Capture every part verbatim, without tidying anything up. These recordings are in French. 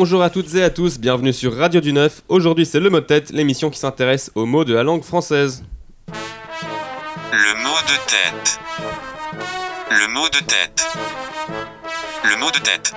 Bonjour à toutes et à tous, bienvenue sur Radio du Neuf. Aujourd'hui c'est le mot de tête, l'émission qui s'intéresse aux mots de la langue française. Le mot de tête. Le mot de tête. Le mot de tête.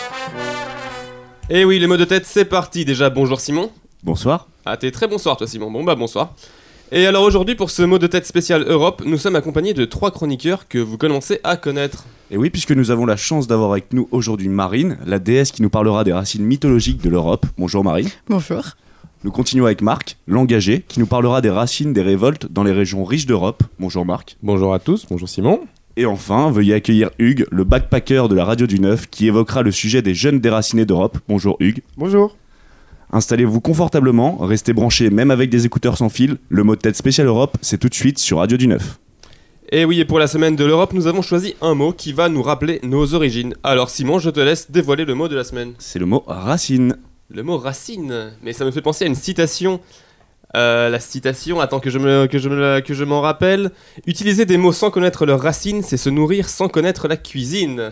Et oui, le mot de tête c'est parti. Déjà bonjour Simon. Bonsoir. Ah t'es très bonsoir toi Simon, bon bah bonsoir. Et alors aujourd'hui pour ce mot de tête spécial Europe, nous sommes accompagnés de trois chroniqueurs que vous commencez à connaître. Et oui, puisque nous avons la chance d'avoir avec nous aujourd'hui Marine, la déesse qui nous parlera des racines mythologiques de l'Europe. Bonjour Marine. Bonjour. Nous continuons avec Marc, l'engagé, qui nous parlera des racines des révoltes dans les régions riches d'Europe. Bonjour Marc. Bonjour à tous, bonjour Simon. Et enfin, veuillez accueillir Hugues, le backpacker de la Radio du Neuf, qui évoquera le sujet des jeunes déracinés d'Europe. Bonjour Hugues. Bonjour. Installez-vous confortablement, restez branchés même avec des écouteurs sans fil. Le mot de tête spécial Europe, c'est tout de suite sur Radio du Neuf. Et oui, et pour la semaine de l'Europe, nous avons choisi un mot qui va nous rappeler nos origines. Alors Simon, je te laisse dévoiler le mot de la semaine. C'est le mot racine. Le mot racine, mais ça me fait penser à une citation. Euh, la citation, attends que je, me, que, je me, que je m'en rappelle. Utiliser des mots sans connaître leurs racines, c'est se nourrir sans connaître la cuisine.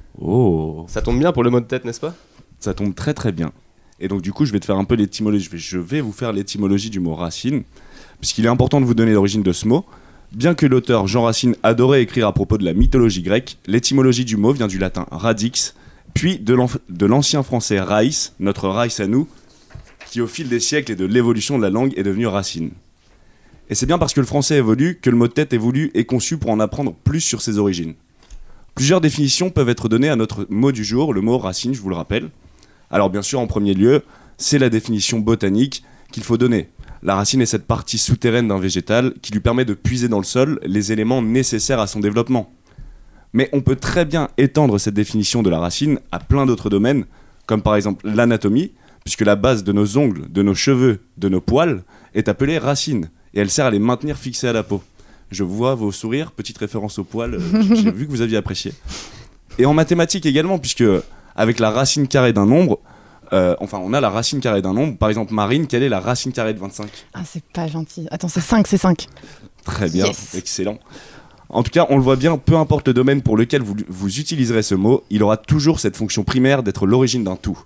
Oh. Ça tombe bien pour le mot de tête, n'est-ce pas ? Ça tombe très très bien. Et donc du coup, je vais te faire un peu l'étymologie. Je vais, je vais vous faire l'étymologie du mot racine, puisqu'il est important de vous donner l'origine de ce mot. Bien que l'auteur Jean Racine adorait écrire à propos de la mythologie grecque, l'étymologie du mot vient du latin radix, puis de, de l'ancien français raïs, notre raïs à nous, qui au fil des siècles et de l'évolution de la langue est devenu racine. Et c'est bien parce que le français évolue que le mot de tête est voulu et conçu pour en apprendre plus sur ses origines. Plusieurs définitions peuvent être données à notre mot du jour, le mot racine, je vous le rappelle. Alors bien sûr, en premier lieu, c'est la définition botanique qu'il faut donner. La racine est cette partie souterraine d'un végétal qui lui permet de puiser dans le sol les éléments nécessaires à son développement. Mais on peut très bien étendre cette définition de la racine à plein d'autres domaines, comme par exemple l'anatomie, puisque la base de nos ongles, de nos cheveux, de nos poils est appelée racine, et elle sert à les maintenir fixés à la peau. Je vois vos sourires, petite référence aux poils, euh, j'ai vu que vous aviez apprécié. Et en mathématiques également, puisque avec la racine carrée d'un nombre, Euh, enfin, on a la racine carrée d'un nombre. Par exemple, Marine, quelle est la racine carrée de vingt-cinq ? Ah, c'est pas gentil. Attends, c'est cinq, c'est cinq. Très bien, Yes. Excellent. En tout cas, on le voit bien, peu importe le domaine pour lequel vous, vous utiliserez ce mot, il aura toujours cette fonction primaire d'être l'origine d'un tout.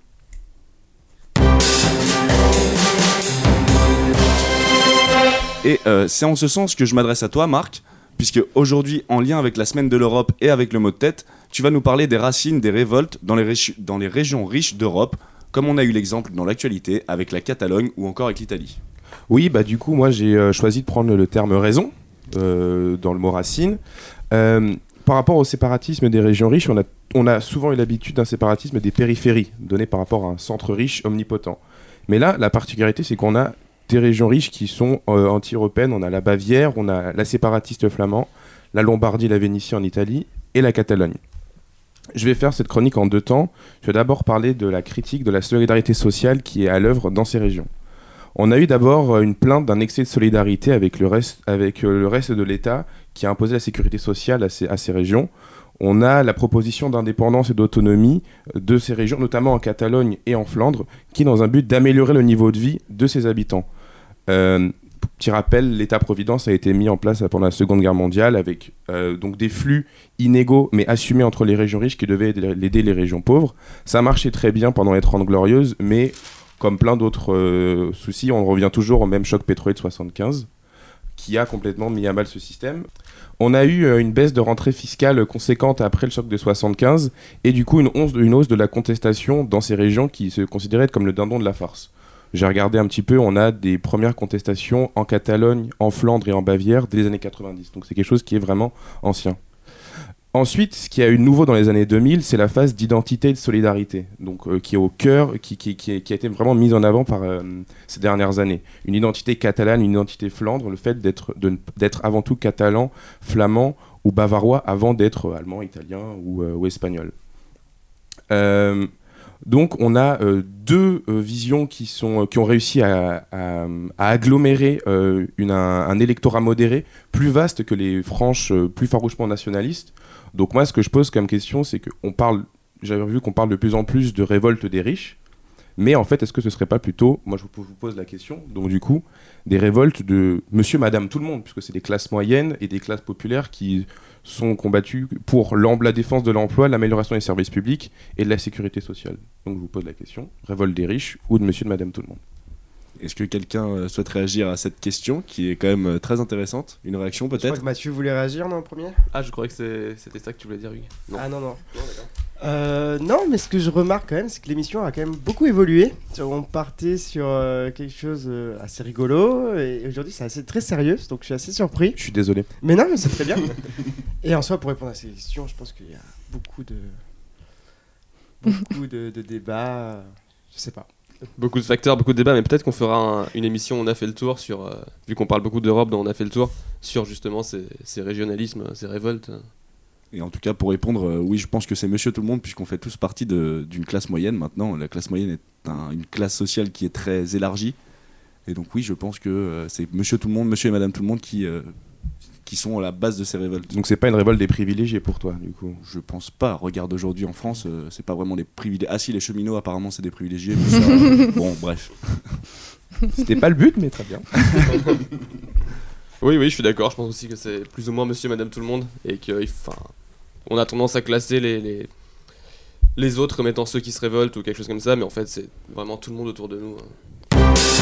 Et euh, c'est en ce sens que je m'adresse à toi, Marc, puisque aujourd'hui, en lien avec la semaine de l'Europe et avec le mot de tête, tu vas nous parler des racines des révoltes dans les, ré- dans les régions riches d'Europe, comme on a eu l'exemple dans l'actualité avec la Catalogne ou encore avec l'Italie. Oui, bah du coup, moi j'ai euh, choisi de prendre le terme raison euh, dans le mot racine. Euh, par rapport au séparatisme des régions riches, on a, on a souvent eu l'habitude d'un séparatisme des périphéries, donné par rapport à un centre riche omnipotent. Mais là, la particularité, c'est qu'on a des régions riches qui sont euh, anti-européennes. On a la Bavière, on a la séparatiste flamand, la Lombardie, la Vénétie en Italie et la Catalogne. Je vais faire cette chronique en deux temps. Je vais d'abord parler de la critique de la solidarité sociale qui est à l'œuvre dans ces régions. On a eu d'abord une plainte d'un excès de solidarité avec le reste, avec le reste de l'État qui a imposé la sécurité sociale à ces, à ces régions. On a la proposition d'indépendance et d'autonomie de ces régions, notamment en Catalogne et en Flandre, qui est dans un but d'améliorer le niveau de vie de ses habitants. Euh, Petit rappel, l'État-providence a été mis en place pendant la Seconde Guerre mondiale avec euh, donc des flux inégaux mais assumés entre les régions riches qui devaient aider les régions pauvres. Ça marchait très bien pendant les Trente Glorieuses, mais comme plein d'autres euh, soucis, on revient toujours au même choc pétrolier de soixante-quinze qui a complètement mis à mal ce système. On a eu euh, une baisse de rentrée fiscale conséquente après le choc de soixante-quinze et du coup une hausse, une hausse de la contestation dans ces régions qui se considéraient comme le dindon de la farce. J'ai regardé un petit peu, on a des premières contestations en Catalogne, en Flandre et en Bavière dès les années quatre-vingt-dix. Donc c'est quelque chose qui est vraiment ancien. Ensuite, ce qui a eu de nouveau dans les années deux mille, c'est la phase d'identité et de solidarité, donc euh, qui est au cœur, qui, qui, qui, qui a été vraiment mise en avant par euh, ces dernières années. Une identité catalane, une identité flandre, le fait d'être, de, d'être avant tout catalan, flamand ou bavarois avant d'être allemand, italien ou, euh, ou espagnol. Euh, Donc on a euh, deux euh, visions qui, sont, qui ont réussi à, à, à agglomérer euh, une, un, un électorat modéré plus vaste que les franges euh, plus farouchement nationalistes. Donc moi ce que je pose comme question c'est qu'on parle, j'avais vu qu'on parle de plus en plus de révolte des riches, Mais en fait, est-ce que ce serait pas plutôt, moi je vous vous pose la question, donc du coup, des révoltes de monsieur, madame, tout le monde, puisque c'est des classes moyennes et des classes populaires qui sont combattues pour l'em- la défense de l'emploi, l'amélioration des services publics et de la sécurité sociale. Donc je vous pose la question, révolte des riches ou de monsieur, de madame, tout le monde. Est-ce que quelqu'un euh, souhaite réagir à cette question qui est quand même euh, très intéressante? Une réaction Je crois peut-être? que Mathieu voulait réagir, non, en premier? Ah, je croyais que c'est- c'était ça que tu voulais dire, Hugues. Non. Ah non, non. Non, d'accord. Euh, non, mais ce que je remarque quand même, c'est que l'émission a quand même beaucoup évolué. On partait sur euh, quelque chose euh, assez rigolo, et aujourd'hui c'est assez très sérieux, donc je suis assez surpris. Je suis désolé. Mais non, mais c'est très bien. Et en soi, pour répondre à ces questions, je pense qu'il y a beaucoup de beaucoup de, de débats. euh, Je sais pas. Beaucoup de facteurs, beaucoup de débats, mais peut-être qu'on fera un- une émission On a fait le tour sur, euh, vu qu'on parle beaucoup d'Europe, donc On a fait le tour sur justement ces, ces régionalismes, ces révoltes. Et en tout cas, pour répondre, euh, oui, je pense que c'est monsieur tout le monde, puisqu'on fait tous partie de- d'une classe moyenne maintenant. La classe moyenne est un- une classe sociale qui est très élargie. Et donc, oui, je pense que euh, c'est monsieur tout le monde, monsieur et madame tout le monde qui, euh, qui sont à la base de ces révoltes. Donc c'est pas une révolte des privilégiés pour toi, du coup. Je pense pas. Regarde aujourd'hui en France, euh, c'est pas vraiment les privilégiés. Ah si, les cheminots, apparemment, c'est des privilégiés. Mais ça, euh, bon, bref. C'était pas le but, mais très bien. Oui, oui, je suis d'accord. Je pense aussi que c'est plus ou moins monsieur, madame, tout le monde. Et que, enfin, on a tendance à classer les, les, les autres comme étant ceux qui se révoltent ou quelque chose comme ça, mais en fait, c'est vraiment tout le monde autour de nous. hein.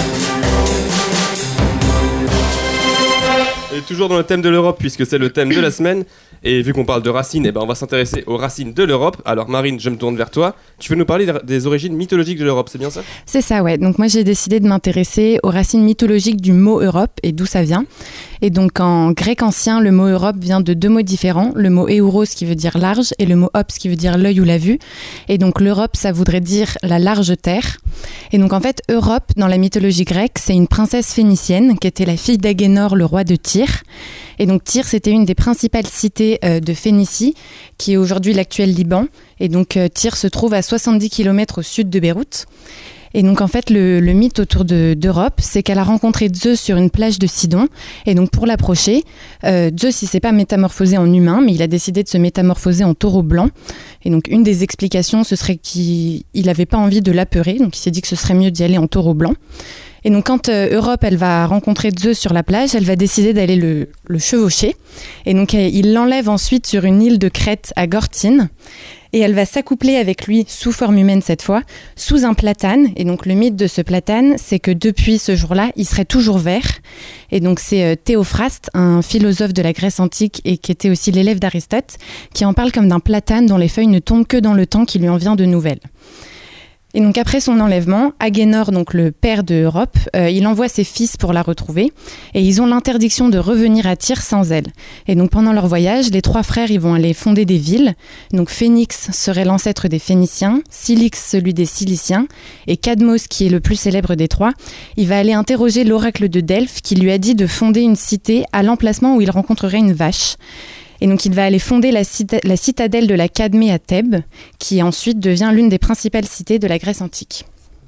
Et toujours dans le thème de l'Europe, puisque c'est le thème de la semaine, et vu qu'on parle de racines, eh ben on va s'intéresser aux racines de l'Europe. Alors Marine, je me tourne vers toi. Tu veux nous parler des- des origines mythologiques de l'Europe, c'est bien ça? C'est ça, ouais. Donc moi j'ai décidé de m'intéresser aux racines mythologiques du mot Europe et d'où ça vient. Et donc en grec ancien, le mot Europe vient de deux mots différents. Le mot euros qui veut dire large et le mot ops qui veut dire l'œil ou la vue. Et donc l'Europe, ça voudrait dire la large terre. Et donc en fait, Europe, dans la mythologie grecque, c'est une princesse phénicienne qui était la fille d'Agénor, le roi de Tyr. Et donc Tyr, c'était une des principales cités euh, de Phénicie, qui est aujourd'hui l'actuel Liban. Et donc euh, Tyr se trouve à soixante-dix kilomètres au sud de Beyrouth. Et donc en fait le, le mythe autour de, d'Europe, c'est qu'elle a rencontré Zeus sur une plage de Sidon. Et donc pour l'approcher, euh, Zeus il s'est pas métamorphosé en humain, mais il a décidé de se métamorphoser en taureau blanc. Et donc une des explications, ce serait qu'il n'avait pas envie de l'apeurer, donc il s'est dit que ce serait mieux d'y aller en taureau blanc. Et donc quand euh, Europe elle va rencontrer Zeus sur la plage, elle va décider d'aller le, le chevaucher. Et donc euh, il l'enlève ensuite sur une île de Crète à Gortine. Et elle va s'accoupler avec lui, sous forme humaine cette fois, sous un platane. Et donc le mythe de ce platane, c'est que depuis ce jour-là, il serait toujours vert. Et donc c'est euh, Théophraste, un philosophe de la Grèce antique et qui était aussi l'élève d'Aristote, qui en parle comme d'un platane dont les feuilles ne tombent que dans le temps qui lui en vient de nouvelles. Et donc après son enlèvement, Agénor, donc le père de Europe, euh, il envoie ses fils pour la retrouver et ils ont l'interdiction de revenir à Tyr sans elle. Et donc pendant leur voyage, les trois frères ils vont aller fonder des villes. Donc Phénix serait l'ancêtre des Phéniciens, Cilix celui des Ciliciens et Cadmos qui est le plus célèbre des trois. Il va aller interroger l'oracle de Delphes qui lui a dit de fonder une cité à l'emplacement où il rencontrerait une vache. Et donc il va aller fonder la, cita- la citadelle de la Cadmée à Thèbes, qui ensuite devient l'une des principales cités de la Grèce antique.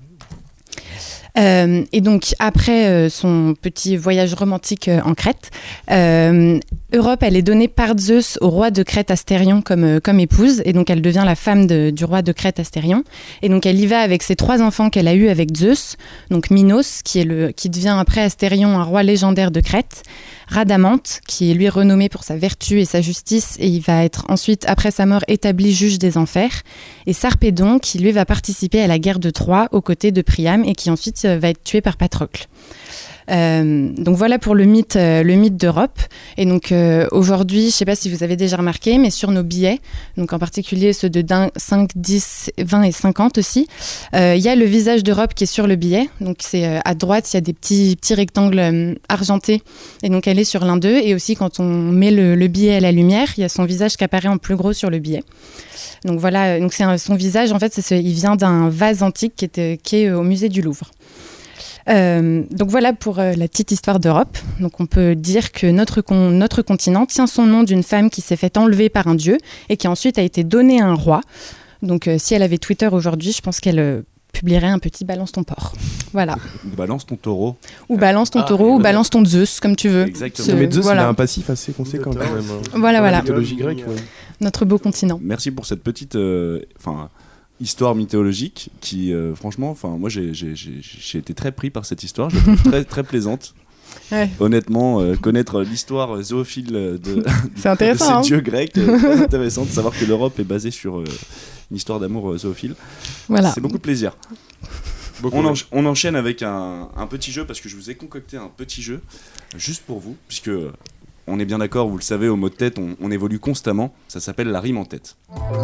Euh, et donc après euh, son petit voyage romantique euh, en Crète, euh, Europe elle est donnée par Zeus au roi de Crète Astérion comme, euh, comme épouse, et donc elle devient la femme de, du roi de Crète Astérion. Et donc elle y va avec ses trois enfants qu'elle a eus avec Zeus, donc Minos qui, est le, qui devient après Astérion un roi légendaire de Crète, Rhadamante qui est lui renommé pour sa vertu et sa justice et il va être ensuite après sa mort établi juge des enfers, et Sarpédon qui lui va participer à la guerre de Troie aux côtés de Priam et qui ensuite va être tué par Patrocle. Euh, donc voilà pour le mythe, euh, le mythe d'Europe. Et donc euh, aujourd'hui, je ne sais pas si vous avez déjà remarqué, mais sur nos billets, donc en particulier ceux de cinq, dix, vingt et cinquante aussi, il euh, y a le visage d'Europe qui est sur le billet. Donc c'est euh, à droite, il y a des petits, petits rectangles euh, argentés, et donc elle est sur l'un d'eux. Et aussi quand on met le, le billet à la lumière, il y a son visage qui apparaît en plus gros sur le billet. Donc voilà, donc c'est un, son visage en fait, c'est ce, il vient d'un vase antique qui est, qui est au musée du Louvre. Euh, donc voilà pour euh, la petite histoire d'Europe. Donc on peut dire que notre, con- notre continent tient son nom d'une femme qui s'est fait enlever par un dieu et qui ensuite a été donnée à un roi. Donc euh, si elle avait Twitter aujourd'hui, je pense qu'elle euh, publierait un petit balance ton porc. Voilà. Balance ton taureau. Ou balance ton Ah, taureau, et ou voilà. balance ton Zeus, comme tu veux. Exactement. Ce- Mais Zeus, voilà. il a un passif assez conséquent quand même. hein. Voilà, Dans la voilà. mythologie grecque, ouais. Notre beau continent. Merci pour cette petite, euh, enfin, histoire mythologique qui, euh, franchement, enfin, moi j'ai, j'ai, j'ai, j'ai été très pris par cette histoire. Je la trouve très, très plaisante. Ouais. Honnêtement, euh, connaître l'histoire zoophile de, de C'est intéressant. ces hein. dieux grecs, euh, très intéressant de savoir que l'Europe est basée sur euh, une histoire d'amour euh, zoophile. Voilà. C'est beaucoup de plaisir. Beaucoup, On, ouais. encha- on enchaîne avec un, un petit jeu parce que je vous ai concocté un petit jeu juste pour vous, puisque euh, on est bien d'accord, vous le savez, au mot de tête, on, on évolue constamment. Ça s'appelle la rime en tête.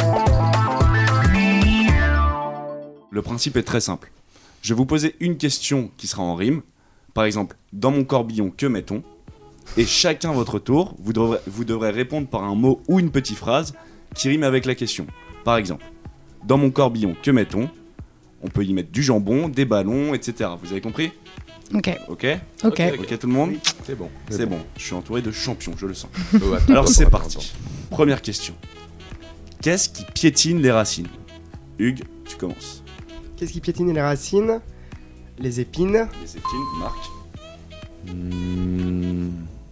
Le principe est très simple. Je vais vous poser une question qui sera en rime. Par exemple, dans mon corbillon, que met-on ? Et chacun votre tour, vous devrez, vous devrez répondre par un mot ou une petite phrase qui rime avec la question. Par exemple, dans mon corbillon, que met-on ? On peut y mettre du jambon, des ballons, et cetera. Vous avez compris ? Ok. Ok ? Ok. Ok tout le monde ? C'est bon. C'est bon. Je suis entouré de champions, je le sens. Oh, attends, Alors attends, c'est attends, parti. attends. Première question. Qu'est-ce qui piétine les racines ? Hugues, tu commences. Qu'est-ce qui piétine les racines? Les épines. Les épines, Marc. Hmm.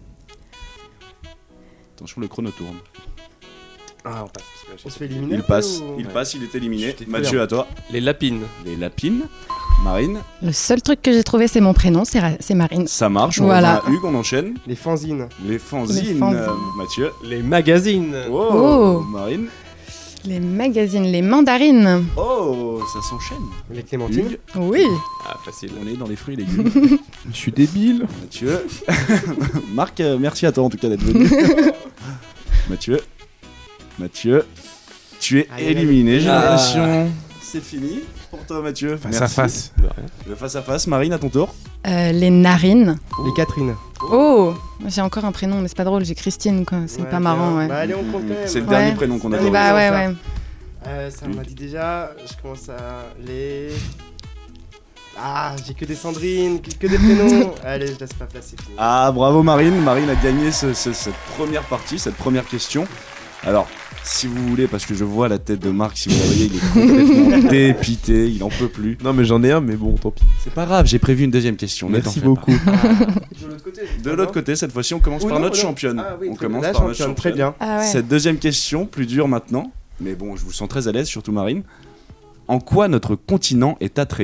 Attention, le chrono tourne. Ah, on passe. parce que On là, se fait éliminer Il un peu, passe, ou- il passe, il est éliminé. J'étais Mathieu, clair. à toi. Les lapines. Les lapines. Marine, Le seul truc que j'ai trouvé, c'est mon prénom, c'est Ra- c'est Marine. ça marche. On Voilà. revient à Hugues, on enchaîne. Les fanzines. Les fanzines, Les fanzines. euh, Mathieu. Les magazines. Oh, Oh. Marine. Les magazines, les mandarines. Oh, ça s'enchaîne. Les clémentines. Hugues, Oui. Ah, facile. on est dans les fruits et légumes. Je suis débile. Mathieu. Marc, euh, merci à toi en tout cas d'être venu. Mathieu. Mathieu. Tu es Aïe, aïe, aïe. éliminé, j'ai Ah. l'impression. C'est fini pour toi, Mathieu. Face à Merci. face. De rien. Le face à face, Marine, à ton tour. Euh, les narines. Les Catherine. Oh, j'ai encore un prénom, mais c'est pas drôle, j'ai Christine, quoi. C'est Ouais, pas marrant, ouais. Bah allez, on compte quand même. C'est le Ouais. dernier prénom qu'on a Allez, donné. Bah ouais, ça. ouais. Euh, ça on m'a dit déjà. Je commence à les. Ah, j'ai que des Sandrine, que que des prénoms. Allez, je laisse pas placer. Ah, bravo Marine. Marine a gagné ce- ce- cette première partie, cette première question. Alors, si vous voulez, parce que je vois la tête de Marc, si vous la voyez, il est complètement dépité, il en peut plus. Non, mais j'en ai un, mais bon, tant pis. C'est pas grave, j'ai prévu une deuxième question. ne t'en Merci fais beaucoup. De l'autre côté. pas. De l'autre côté, cette fois-ci, on commence Ou par non, notre ou non. championne. Ah oui, on très commence bien. La par notre championne, très championne. bien. Ah ouais. Cette deuxième question, plus dure maintenant, mais bon, je vous sens très à l'aise, surtout Marine. En quoi notre continent est attrayant ?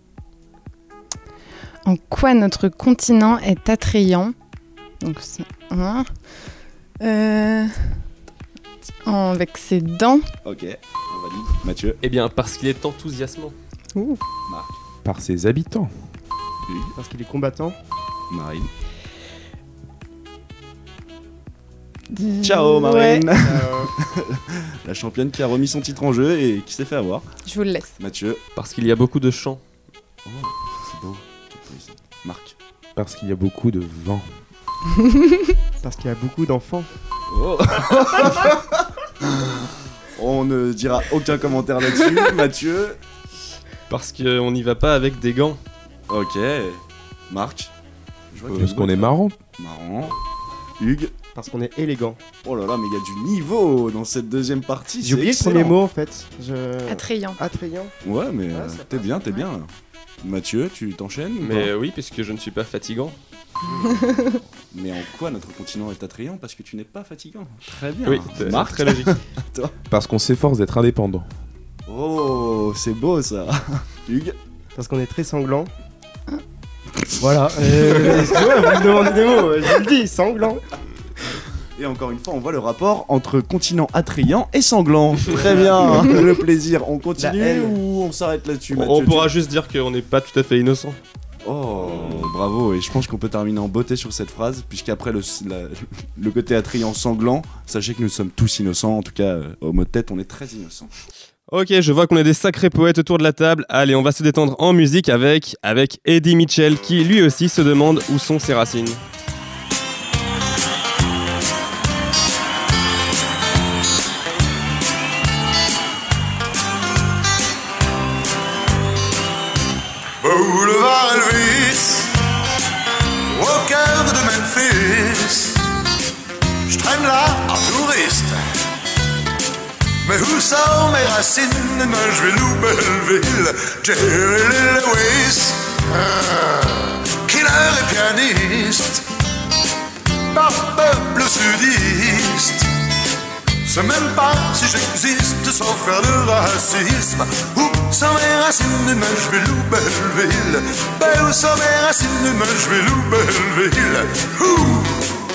En quoi notre continent est attrayant? Donc, c'est- hein. Euh, en- avec ses dents. Ok, on valide. Mathieu, Eh bien, parce qu'il est enthousiasmant. Marc, Par ses habitants. Parce qu'il est combattant. Marine. Ciao Marine. Euh, La championne qui a remis son titre en jeu et qui s'est fait avoir. Je vous le laisse. Mathieu. Parce qu'il y a beaucoup de chants. Oh, c'est beau. Toute poésie. Marc. Parce qu'il y a beaucoup de vent. parce qu'il y a beaucoup d'enfants. Oh. On ne dira aucun commentaire là-dessus. Mathieu. Parce qu'on n'y va pas avec des gants. Ok. Marc. Je vois qu'il y a Parce qu'on est beaucoup marrant. de- Marrant. Hugues. Parce qu'on est élégant. Oh là là, mais il y a du niveau dans cette deuxième partie. J'ai c'est oublié le excellent. premier mot en fait. Je... Attrayant. Attrayant. Ouais, mais Ouais, euh, ça t'es passe. bien, t'es bien. Mathieu, tu t'enchaînes ou Mais pas euh, oui, puisque je ne suis pas fatigant. Mais en quoi notre continent est attrayant? Parce que tu n'es pas fatigant. Très bien. Oui, c'est Marc. très logique. Parce qu'on s'efforce d'être indépendant. Oh, c'est beau ça. Hugues. Parce qu'on est très sanglant. Voilà. Euh, excusez-moi, vous me demandez des mots. Je vous le dis, sanglant. Et encore une fois, on voit le rapport entre continent attrayant et sanglant. Très bien, le plaisir. On continue La haine. ou on s'arrête là-dessus On, Mathieu, on tu- pourra juste dire qu'on n'est pas tout à fait innocent. Oh, bravo. Et je pense qu'on peut terminer en beauté sur cette phrase, puisqu'après le, la- le côté attrayant sanglant, sachez que nous sommes tous innocents. En tout cas, euh, au mot de tête, on est très innocents. Ok, je vois qu'on est des sacrés poètes autour de la table. Allez, on va se détendre en musique avec, avec Eddie Mitchell, qui lui aussi se demande où sont ses racines. Boulevard Elvis, au cœur de Memphis, je traîne là en touriste. Mais où sont mes racines? Nashville ou Belleville, Jerry Lee Lewis, ah, killer et pianiste, pop bleu sudiste. sais même pas si j'existe sans faire de racisme. Où sont mes racines de Nashville ou Belleville? Ben où sont mes racines de Nashville ou Belleville? Ouh.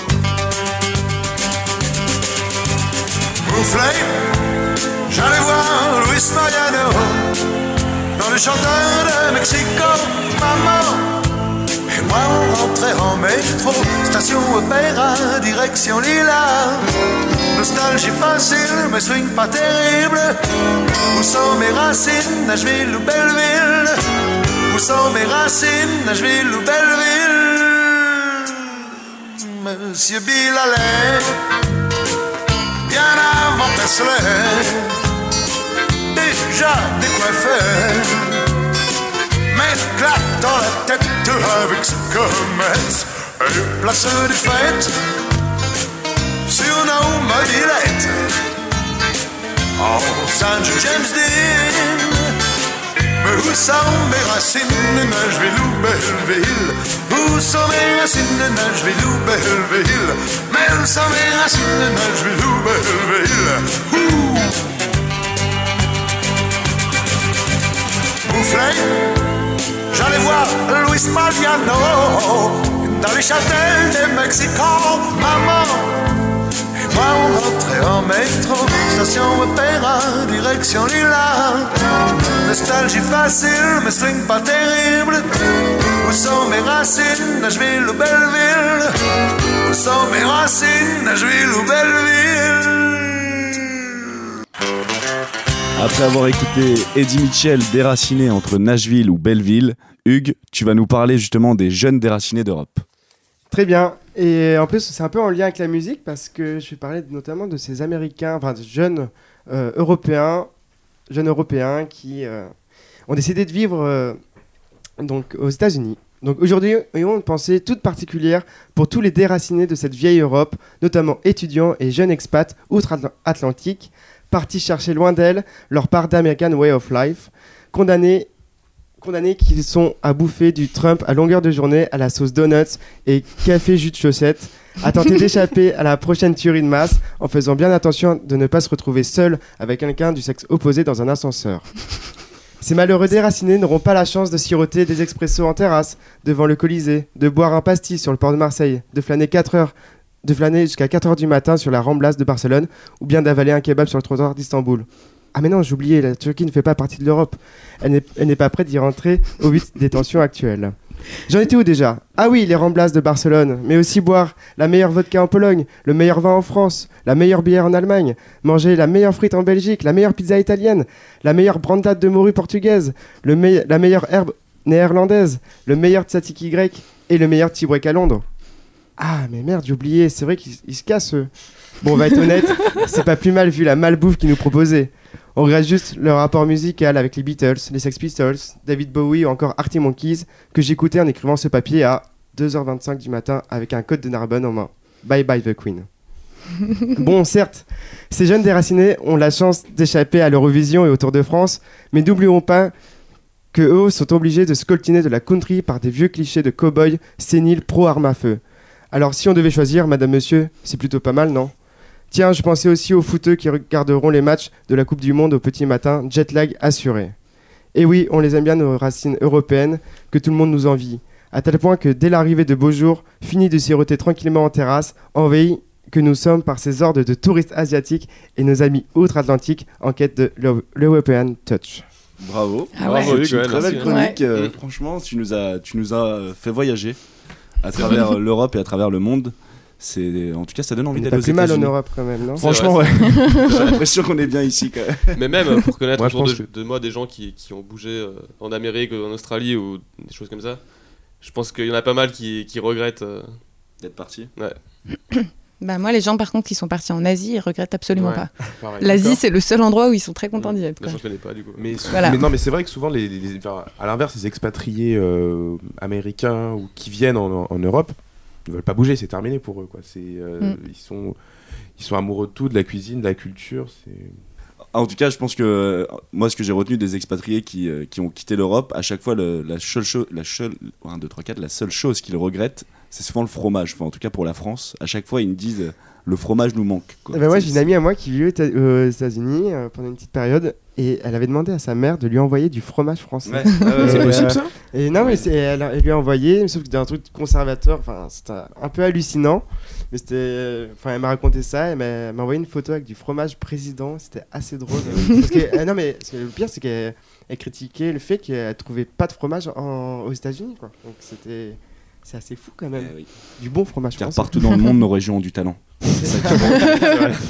Mouflé, j'allais voir Luis Mariano dans le chanteur de Mexico, maman. Et moi on rentrait en métro, station Opéra, direction Lila. Nostalgie facile, mais swing pas terrible. Où sont mes racines, Nashville ou Belleville? Où sont mes racines, Nashville ou Belleville? Monsieur Bill allait bien avant Presley, déjà décoiffé, m'éclate dans la tête avec ses comètes. Et place des fêtes sur nos mobilettes en Saint James Dean. Mais où sont mes racines de Nashville ou Belleville? Où sont mes racines de Nashville ou Belleville? Mais où sont mes racines de Nashville ou Belleville? Ouh. Mouflé, j'allais voir Luis Mariano dans les châtels de Mexico, maman. Et moi on rentrait en métro, station Opéra, direction Lila. Nostalgie facile, mais swing pas terrible. Où sont mes racines, Nashville ou Belleville? Où sont mes racines, Nashville ou Belleville? Après avoir écouté Eddie Mitchell déraciné entre Nashville ou Belleville, Hugues, tu vas nous parler justement des jeunes déracinés d'Europe. Très bien. Et en plus, c'est un peu en lien avec la musique parce que je vais parler notamment de ces Américains, enfin de jeunes euh, Européens, jeunes Européens qui euh, ont décidé de vivre euh, donc aux États-Unis. Donc aujourd'hui, ayons une pensée toute particulière pour tous les déracinés de cette vieille Europe, notamment étudiants et jeunes expats outre-Atlantique, partis chercher loin d'elle leur part d'American Way of Life, condamnés condamnés qu'ils sont à bouffer du Trump à longueur de journée à la sauce donuts et café jus de chaussette, à tenter d'échapper à la prochaine tuerie de masse en faisant bien attention de ne pas se retrouver seul avec quelqu'un du sexe opposé dans un ascenseur. Ces malheureux déracinés n'auront pas la chance de siroter des expressos en terrasse devant le Colisée, de boire un pastis sur le port de Marseille, de flâner quatre heures, de flâner jusqu'à quatre heures du matin sur la Ramblas de Barcelone ou bien d'avaler un kebab sur le trottoir d'Istanbul. Ah mais non, j'ai oublié, la Turquie ne fait pas partie de l'Europe. Elle n'est, elle n'est pas prête d'y rentrer au vu des tensions actuelles. J'en étais où déjà? Ah oui, les Ramblas de Barcelone, mais aussi boire la meilleure vodka en Pologne, le meilleur vin en France, la meilleure bière en Allemagne, manger la meilleure frite en Belgique, la meilleure pizza italienne, la meilleure brandade de morue portugaise, le me- la meilleure herbe néerlandaise, le meilleur tzatziki grec et le meilleur tibrek à Londres. Ah mais merde, j'ai oublié, c'est vrai qu'ils ils se cassent eux. Bon, on va être honnête, c'est pas plus mal vu la malbouffe qu'ils nous proposaient. On regrette juste leur rapport musical avec les Beatles, les Sex Pistols, David Bowie ou encore Arctic Monkeys que j'écoutais en écrivant ce papier à deux heures vingt-cinq du matin avec un code de Narbonne en main. Bye bye the Queen. Bon, certes, ces jeunes déracinés ont la chance d'échapper à l'Eurovision et au Tour de France, mais n'oublions pas que eux sont obligés de scoltiner de la country par des vieux clichés de cow-boys séniles pro-armes à feu. Alors si on devait choisir, madame, monsieur, c'est plutôt pas mal, non ? Tiens, je pensais aussi aux footeux qui regarderont les matchs de la Coupe du Monde au petit matin, jet lag assuré. Et oui, on les aime bien nos racines européennes, que tout le monde nous envie, à tel point que dès l'arrivée de beaux jours, fini de siroter tranquillement en terrasse, envahis que nous sommes par ces hordes de touristes asiatiques et nos amis outre-Atlantiques en quête de l'European Touch. Bravo, Ah ouais. bravo Hugues, Ouais, une très merci. belle chronique. Ouais. euh, Mm. Franchement, tu nous as, tu nous as fait voyager à travers l'Europe et à travers le monde. C'est, en tout cas, ça donne On envie est d'aller pas aux plus mal en États-Unis. Europe quand même, non ? Franchement, ouais. J'ai l'impression qu'on est bien ici quand même. Mais même euh, pour connaître Moi, je autour de, pense que- de moi des gens qui, qui ont bougé euh, en Amérique, en Australie ou des choses comme ça, je pense qu'il y en a pas mal qui, qui regrettent. euh, D'être parti. Bah moi, les gens par contre qui sont partis en Asie, ils regrettent absolument Ouais. pas. Pareil. L'Asie, D'accord. c'est le seul endroit où ils sont très contents d'y être. Des quoi. gens que je connais pas du coup. Mais, Voilà. mais non, mais c'est vrai que souvent, les, les- les- enfin, à l'inverse, les expatriés euh, américains ou qui viennent en, en Europe ne veulent pas bouger, c'est terminé pour eux. Quoi. C'est, euh, Mm. ils, sont, ils sont amoureux de tout, de la cuisine, de la culture. C'est... En tout cas, je pense que euh, moi, ce que j'ai retenu des expatriés qui, euh, qui ont quitté l'Europe, à chaque fois, le- la seule chose, la seule, un, deux, trois, quatre, la seule chose qu'ils regrettent, c'est souvent le fromage. Enfin, en tout cas pour la France, à chaque fois ils me disent euh, le fromage nous manque. Quoi. Eh ben moi C'est- j'ai une amie à moi qui vivait aux Éta- aux États-Unis euh, pendant une petite période et elle avait demandé à sa mère de lui envoyer du fromage français. Ouais, ouais, ouais, C'est ouais. possible ça? Et non, mais c'est- elle, a- elle lui a envoyé, sauf que c'était un truc conservateur, enfin c'était un peu hallucinant. Mais c'était. Enfin, elle m'a raconté ça, elle m'a elle m'a envoyé une photo avec du fromage président, c'était assez drôle. Parce que, euh, non, mais parce que le pire, c'est qu'elle elle critiquait le fait qu'elle trouvait pas de fromage en- aux États-Unis, quoi. Donc c'était. C'est assez fou quand même. Eh oui. Du bon fromage Car français. partout dans le monde, nos régions ont du talent. C'est ça qui est bon.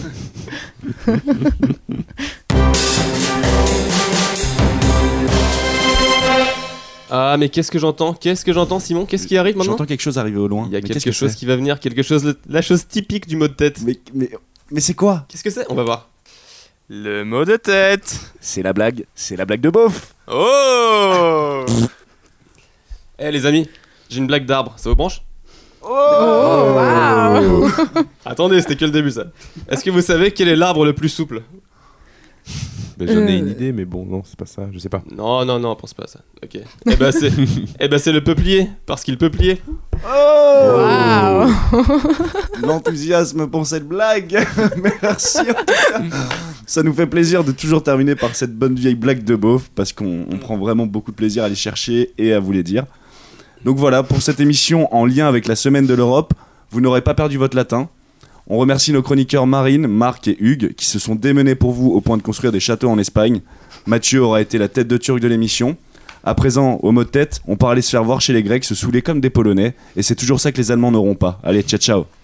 Ah, mais qu'est-ce que j'entends? Qu'est-ce que j'entends, Simon? Qu'est-ce qui arrive maintenant? J'entends quelque chose arriver au loin. Il y a Mais qu'est-ce quelque que chose c'est qui va venir, quelque chose, la chose typique du mot de tête. Mais, mais, mais c'est quoi? Qu'est-ce que c'est? On va voir. Le mot de tête. C'est la blague, c'est la blague de beauf. Oh. Eh les amis, j'ai une blague d'arbre, ça vous branche? Oh, waouh. Attendez, c'était que le début ça. Est-ce que vous savez quel est l'arbre le plus souple? Ben, J'en ai Euh. une idée, mais bon, non, c'est pas ça, je sais pas. Non, non, non, pense pas à ça. Ok. Eh ben c'est, eh ben c'est le peuplier, parce qu'il peut plier. Waouh. L'enthousiasme pour cette blague. Merci. en tout cas. Ça nous fait plaisir de toujours terminer par cette bonne vieille blague de beauf parce qu'on on prend vraiment beaucoup de plaisir à les chercher et à vous les dire. Donc voilà, pour cette émission en lien avec la Semaine de l'Europe, vous n'aurez pas perdu votre latin. On remercie nos chroniqueurs Marine, Marc et Hugues qui se sont démenés pour vous au point de construire des châteaux en Espagne. Mathieu aura été la tête de turc de l'émission. À présent, au mot de tête, on part aller se faire voir chez les Grecs se saouler comme des Polonais et c'est toujours ça que les Allemands n'auront pas. Allez, ciao ciao.